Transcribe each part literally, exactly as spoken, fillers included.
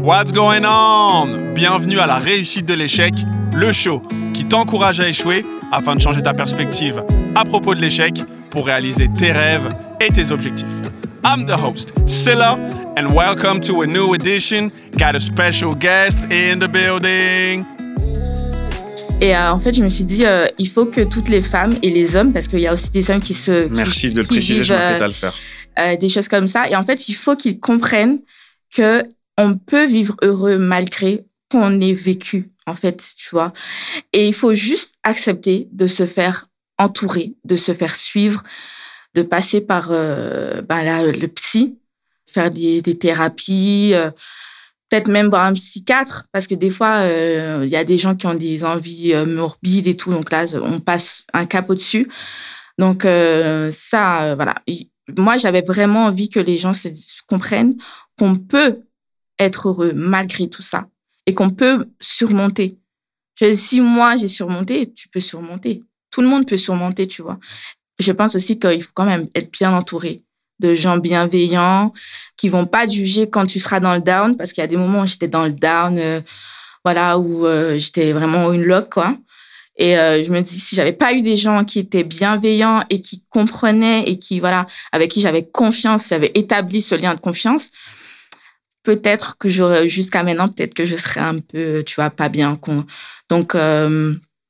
What's going on? Bienvenue à la réussite de l'échec, le show qui t'encourage à échouer afin de changer ta perspective à propos de l'échec pour réaliser tes rêves et tes objectifs. I'm the host, Silla, and welcome to a new edition. Got a special guest in the building. Et euh, en fait, je me suis dit, euh, il faut que toutes les femmes et les hommes, parce qu'il y a aussi des hommes qui se... Qui, Merci de le préciser, vivent, je m'apprête à le faire. Euh, des choses comme ça. Et en fait, il faut qu'ils comprennent qu'on peut vivre heureux malgré qu'on ait vécu, en fait, tu vois. Et il faut juste accepter de se faire entourer, de se faire suivre, de passer par euh, ben là, le psy, faire des, des thérapies, euh, peut-être même voir un psychiatre, parce que des fois, il euh, y a des gens qui ont des envies euh, morbides et tout, donc là, on passe un cap au-dessus. Donc euh, ça, euh, voilà. Et moi, j'avais vraiment envie que les gens se, comprennent qu'on peut être heureux malgré tout ça et qu'on peut surmonter. Je dis, si moi, j'ai surmonté, tu peux surmonter. Tout le monde peut surmonter, tu vois. Je pense aussi qu'il faut quand même être bien entouré de gens bienveillants qui vont pas te juger quand tu seras dans le down, parce qu'il y a des moments où j'étais dans le down, euh, voilà, où euh, j'étais vraiment une loque, quoi. Et euh, je me dis, si j'avais pas eu des gens qui étaient bienveillants et qui comprenaient et qui, voilà, avec qui j'avais confiance, j'avais établi ce lien de confiance, peut-être que j'aurais, jusqu'à maintenant, peut-être que je serais un peu, tu vois, pas bien. Con. Donc, euh,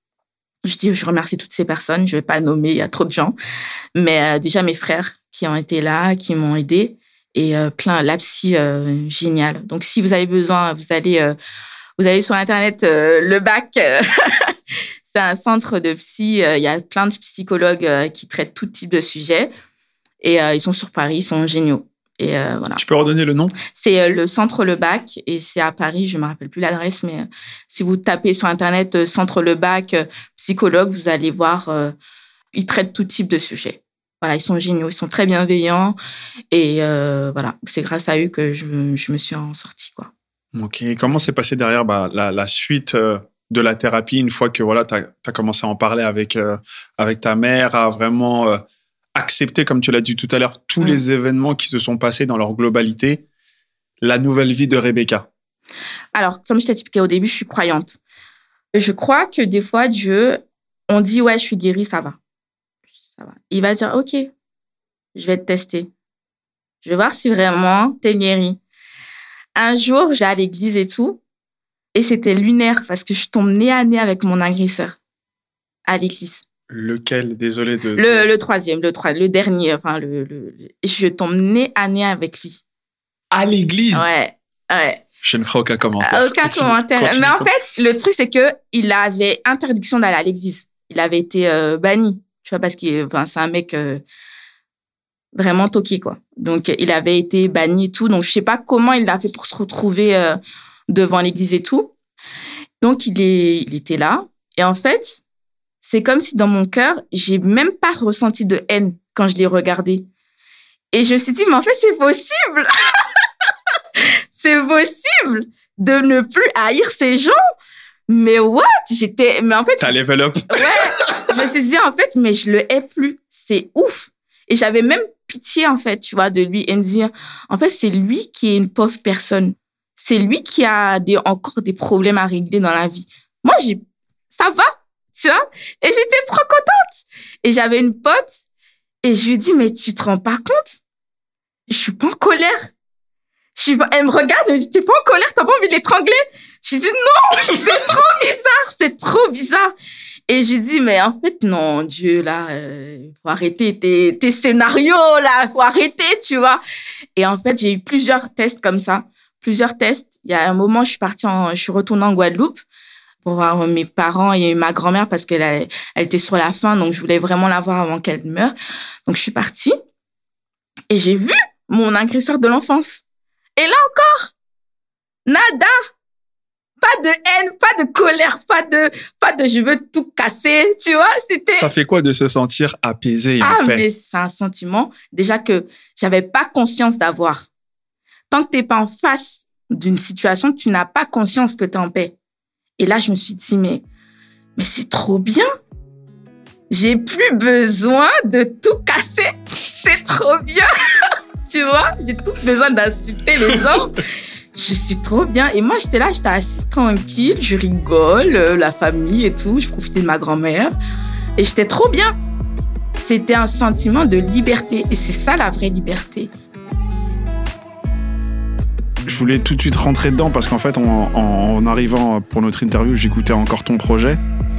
je dis, je remercie toutes ces personnes. Je vais pas nommer, il y a trop de gens. Mais euh, déjà, mes frères qui ont été là, qui m'ont aidé. Et euh, plein, la psy, euh, génial. Donc, si vous avez besoin, vous allez, euh, vous allez sur Internet, euh, le bac. Euh, c'est un centre de psy. Il y a plein de psychologues qui traitent tout type de sujets. Et euh, ils sont sur Paris, ils sont géniaux. Et euh, voilà. Tu peux redonner le nom? C'est euh, le centre Le Bac et c'est à Paris. Je me rappelle plus l'adresse, mais euh, si vous tapez sur Internet euh, centre Le Bac euh, psychologue, vous allez voir. Euh, ils traitent tout type de sujets. Voilà, ils sont géniaux, ils sont très bienveillants et euh, voilà, c'est grâce à eux que je, je me suis en sortie, quoi. Ok. Comment s'est passé derrière bah, la, la suite euh, de la thérapie une fois que voilà, tu as commencé à en parler avec euh, avec ta mère, à vraiment euh, accepter, comme tu l'as dit tout à l'heure, tous mmh. les événements qui se sont passés dans leur globalité, la nouvelle vie de Rebecca? Alors, comme je t'ai expliqué au début, je suis croyante. Je crois que des fois, Dieu, on dit, ouais, je suis guérie, ça va. Ça va. Il va dire, OK, je vais te tester. Je vais voir si vraiment t'es guérie. Un jour, j'ai à l'église et tout, et c'était lunaire parce que je tombe nez à nez avec mon agresseur à l'église. Lequel? Désolé de... Le, le troisième, le, trois, le dernier, enfin, le, le, le... je tombe nez à nez avec lui. À l'église? Ouais, ouais. Je ne ferai aucun commentaire. Aucun continue, commentaire. continue, Mais en toi. fait, le truc, c'est que il avait interdiction d'aller à l'église. Il avait été euh, banni, tu vois, parce que enfin, c'est un mec euh, vraiment toqué, quoi. Donc, il avait été banni et tout. Donc, je sais pas comment il l'a fait pour se retrouver euh, devant l'église et tout. Donc, il, est, il était là. Et en fait... c'est comme si dans mon cœur, j'ai même pas ressenti de haine quand je l'ai regardé. Et je me suis dit, mais en fait, c'est possible. C'est possible de ne plus haïr ces gens. Mais what? J'étais, mais en fait. T'as level up. Ouais. Je me suis dit, en fait, mais je le hais plus. C'est ouf. Et j'avais même pitié, en fait, tu vois, de lui et me dire, en fait, c'est lui qui est une pauvre personne. C'est lui qui a des, encore des problèmes à régler dans la vie. Moi, j'ai, ça va. Tu vois? Et j'étais trop contente. Et j'avais une pote et je lui ai dit, mais tu te rends pas compte? Je suis pas en colère. Je suis pas... Elle me regarde, elle me dit, t'es pas en colère? T'as pas envie de l'étrangler? Je lui dis, non, c'est trop bizarre, c'est trop bizarre. Et je lui dis, mais en fait, non, Dieu, là, euh, faut arrêter tes, tes scénarios, là, faut arrêter, tu vois? Et en fait, j'ai eu plusieurs tests comme ça. Plusieurs tests. Il y a un moment, je suis partie en, je suis retournée en Guadeloupe pour voir mes parents et ma grand-mère parce qu'elle elle, elle était sur la fin, donc je voulais vraiment la voir avant qu'elle meure. Donc, je suis partie et j'ai vu mon agresseur de l'enfance. Et là encore, nada, pas de haine, pas de colère, pas de, pas de je veux tout casser, tu vois, c'était... Ça fait quoi de se sentir apaisé et ah, en paix? Mais c'est un sentiment déjà que j'avais pas conscience d'avoir. Tant que t'es pas en face d'une situation, tu n'as pas conscience que t'es en paix. Et là, je me suis dit, mais, mais c'est trop bien. J'ai plus besoin de tout casser. C'est trop bien. Tu vois, j'ai tout besoin d'insulter les gens. je suis trop bien. Et moi, j'étais là, j'étais assise tranquille, je rigole, euh, la famille et tout, je profitais de ma grand-mère. Et j'étais trop bien. C'était un sentiment de liberté. Et c'est ça, la vraie liberté. Je voulais tout de suite rentrer dedans parce qu'en fait, en, en, en arrivant pour notre interview, j'écoutais encore ton projet.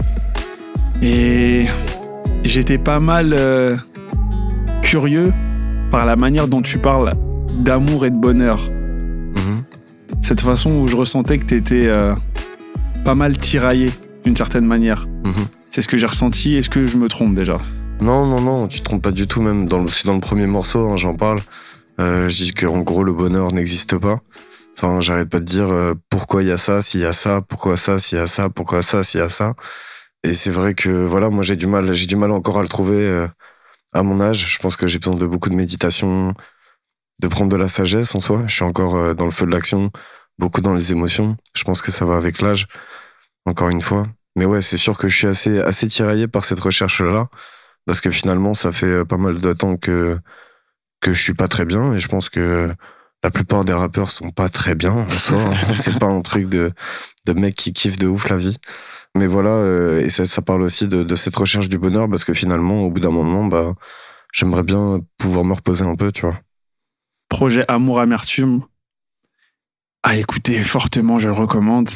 Et j'étais pas mal euh, curieux par la manière dont tu parles d'amour et de bonheur. Mmh. Cette façon où je ressentais que t'étais euh, pas mal tiraillé d'une certaine manière. Mmh. C'est ce que j'ai ressenti. Est-ce que je me trompe déjà ? Non, non, non, tu te trompes pas du tout. Même dans le, c'est dans le premier morceau, hein, j'en parle. Euh, je dis qu'en gros, le bonheur n'existe pas. Enfin, j'arrête pas de dire euh, pourquoi il y a ça, s'il y a ça, pourquoi ça, s'il y a ça, pourquoi ça, s'il y a ça. Et c'est vrai que voilà, moi j'ai du mal, j'ai du mal encore à le trouver euh, à mon âge. Je pense que j'ai besoin de beaucoup de méditation, de prendre de la sagesse en soi. Je suis encore euh, dans le feu de l'action, beaucoup dans les émotions. Je pense que ça va avec l'âge, encore une fois. Mais ouais, c'est sûr que je suis assez, assez tiraillé par cette recherche-là, parce que finalement, ça fait pas mal de temps que que je suis pas très bien, et je pense que la plupart des rappeurs sont pas très bien en soi. C'est pas un truc de de mec qui kiffe de ouf la vie. Mais voilà, euh, et ça, ça parle aussi de, de cette recherche du bonheur, parce que finalement, au bout d'un moment, bah, j'aimerais bien pouvoir me reposer un peu, tu vois. Projet Amour Amertume. À écouter fortement, je le recommande.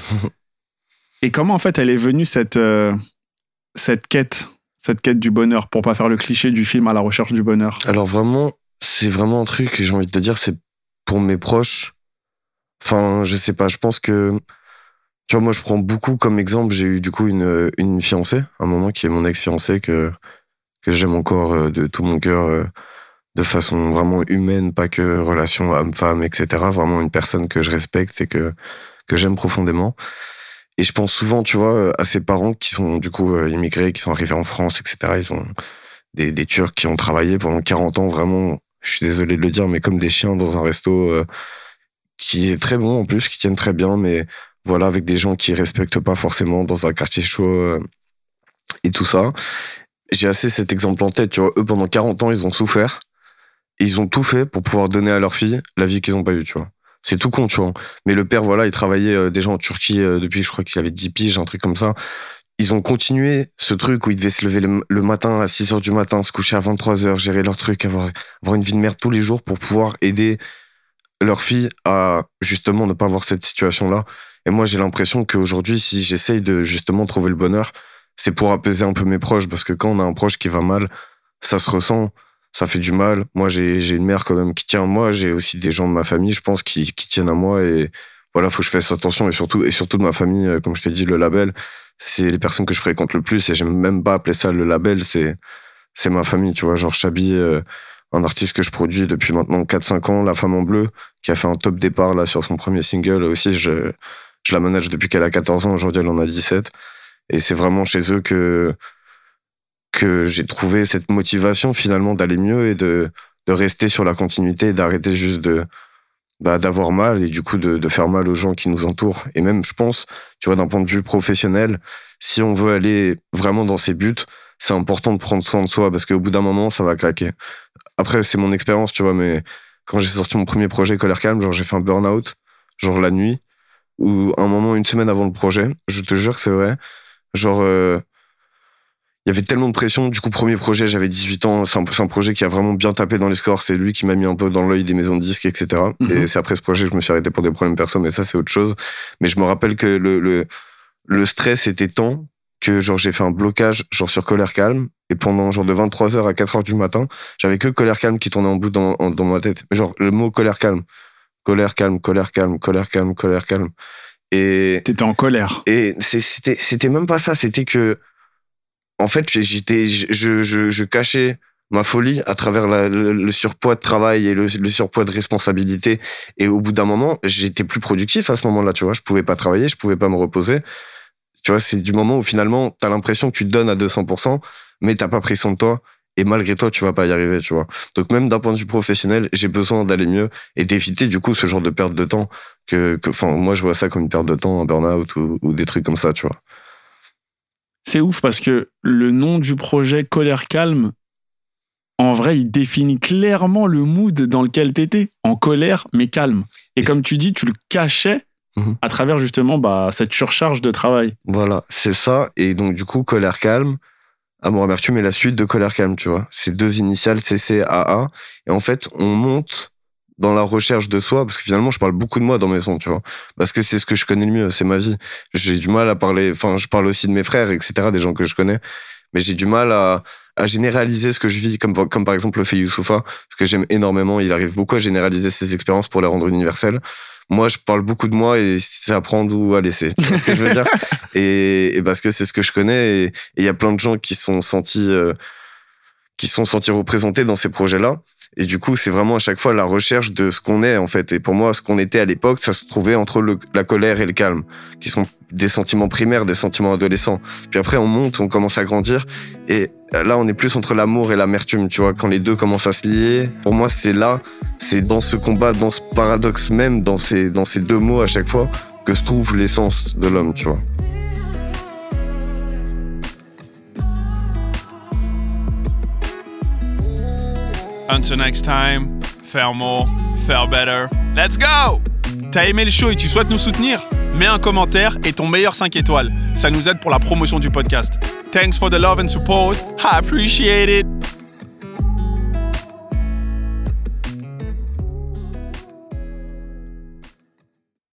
Et comment en fait elle est venue cette euh, cette quête, cette quête du bonheur, pour pas faire le cliché du film À la recherche du bonheur? Alors vraiment, c'est vraiment un truc que j'ai envie de te dire, c'est pour mes proches. Enfin, je sais pas, je pense que tu vois, moi je prends beaucoup comme exemple, j'ai eu du coup une une fiancée, à un moment, qui est mon ex-fiancée, que que j'aime encore de tout mon cœur, de façon vraiment humaine, pas que relation homme-femme, et cetera. Vraiment une personne que je respecte et que que j'aime profondément. Et je pense souvent, tu vois, à ces parents qui sont du coup immigrés, qui sont arrivés en France, et cetera. Ils ont des, des Turcs qui ont travaillé pendant quarante ans, vraiment, je suis désolé de le dire, mais comme des chiens dans un resto euh, qui est très bon en plus, qui tiennent très bien, mais voilà, avec des gens qui respectent pas forcément, dans un quartier chaud euh, et tout ça. J'ai assez cet exemple en tête, tu vois. Eux, pendant quarante ans, ils ont souffert. Et ils ont tout fait pour pouvoir donner à leur fille la vie qu'ils ont pas eue, tu vois. C'est tout con, tu vois. Mais le père, voilà, il travaillait euh, déjà en Turquie euh, depuis, je crois qu'il avait dix piges, un truc comme ça. Ils ont continué ce truc où ils devaient se lever le, le matin à six heures du matin, se coucher à vingt-trois heures, gérer leur truc, avoir, avoir une vie de merde tous les jours pour pouvoir aider leur fille à justement ne pas avoir cette situation-là. Et moi, j'ai l'impression qu'aujourd'hui, si j'essaye de justement trouver le bonheur, c'est pour apaiser un peu mes proches, parce que quand on a un proche qui va mal, ça se ressent. Ça fait du mal. Moi, j'ai, j'ai une mère quand même qui tient à moi. J'ai aussi des gens de ma famille, je pense, qui, qui tiennent à moi. Et voilà, faut que je fasse attention. Et surtout, et surtout de ma famille, comme je t'ai dit, le label, c'est les personnes que je fréquente le plus. Et j'aime même pas appeler ça le label. C'est, c'est ma famille, tu vois. Genre, Chabi, euh, un artiste que je produis depuis maintenant quatre cinq ans, La Femme en Bleu, qui a fait un top départ là sur son premier single. Aussi, je, je la manage depuis qu'elle a quatorze ans. Aujourd'hui, elle en a dix-sept. Et c'est vraiment chez eux que, que j'ai trouvé cette motivation finalement d'aller mieux et de, de rester sur la continuité et d'arrêter juste de, bah, d'avoir mal et du coup de, de faire mal aux gens qui nous entourent. Et même, je pense, tu vois, d'un point de vue professionnel, si on veut aller vraiment dans ses buts, c'est important de prendre soin de soi, parce qu'au bout d'un moment, ça va claquer. Après, c'est mon expérience, tu vois, mais quand j'ai sorti mon premier projet Colère Calme, genre j'ai fait un burn-out, genre la nuit, ou un moment, une semaine avant le projet, je te jure que c'est vrai, genre... Euh, il y avait tellement de pression. Du coup, premier projet, j'avais dix-huit ans. C'est un, c'est un projet qui a vraiment bien tapé dans les scores. C'est lui qui m'a mis un peu dans l'œil des maisons de disques, et cetera. Mm-hmm. Et c'est après ce projet que je me suis arrêté pour des problèmes perso, mais ça, c'est autre chose. Mais je me rappelle que le, le, le stress était tant que genre j'ai fait un blocage genre sur Colère Calme. Et pendant genre de vingt-trois heures à quatre heures du matin, j'avais que Colère Calme qui tournait en bout dans, en, dans ma tête. Mais genre le mot Colère Calme. Colère calme, colère calme, colère calme, colère calme. Et... T'étais en colère. Et c'est, c'était, c'était même pas ça. C'était que en fait, j'étais, je, je, je cachais ma folie à travers la, le, le surpoids de travail et le, le surpoids de responsabilité. Et au bout d'un moment, j'étais plus productif à ce moment-là, tu vois. Je pouvais pas travailler, je pouvais pas me reposer. Tu vois, c'est du moment où finalement, t'as l'impression que tu te donnes à deux cents pour cent, mais t'as pas pris soin de toi. Et malgré toi, tu vas pas y arriver, tu vois. Donc même d'un point de vue professionnel, j'ai besoin d'aller mieux et d'éviter du coup ce genre de perte de temps. Que, que, enfin, moi, je vois ça comme une perte de temps, un burn-out ou, ou des trucs comme ça, tu vois. C'est ouf parce que le nom du projet Colère Calme, en vrai, il définit clairement le mood dans lequel t'étais, en colère, mais calme. Et, et comme tu dis, tu le cachais mmh. à travers justement bah, cette surcharge de travail. Voilà, c'est ça. Et donc, du coup, colère calme, amour amertume et la suite de colère calme, tu vois. C'est deux initiales, C C A A. Et en fait, on monte dans la recherche de soi, parce que finalement, je parle beaucoup de moi dans mes sons, tu vois. Parce que c'est ce que je connais le mieux, c'est ma vie. J'ai du mal à parler, enfin, je parle aussi de mes frères, et cetera, des gens que je connais. Mais j'ai du mal à, à généraliser ce que je vis, comme, comme par exemple le fait Youssoupha, parce que j'aime énormément, il arrive beaucoup à généraliser ses expériences pour les rendre universelles. Moi, je parle beaucoup de moi et c'est à prendre ou à laisser. Tu vois ce que je veux dire? Et, et parce que c'est ce que je connais, et il y a plein de gens qui sont sentis, euh, qui sont sentis représentés dans ces projets-là. Et du coup, c'est vraiment à chaque fois la recherche de ce qu'on est, en fait. Et pour moi, ce qu'on était à l'époque, ça se trouvait entre le, la colère et le calme, qui sont des sentiments primaires, des sentiments adolescents. Puis après, on monte, on commence à grandir. Et là, on est plus entre l'amour et l'amertume, tu vois. Quand les deux commencent à se lier, pour moi, c'est là, c'est dans ce combat, dans ce paradoxe même, dans ces, dans ces deux mots à chaque fois, que se trouve l'essence de l'homme, tu vois. Until next time, faire more, faire better. Let's go! T'as aimé le show et tu souhaites nous soutenir? Mets un commentaire et ton meilleur cinq étoiles. Ça nous aide pour la promotion du podcast. Thanks for the love and support. I appreciate it.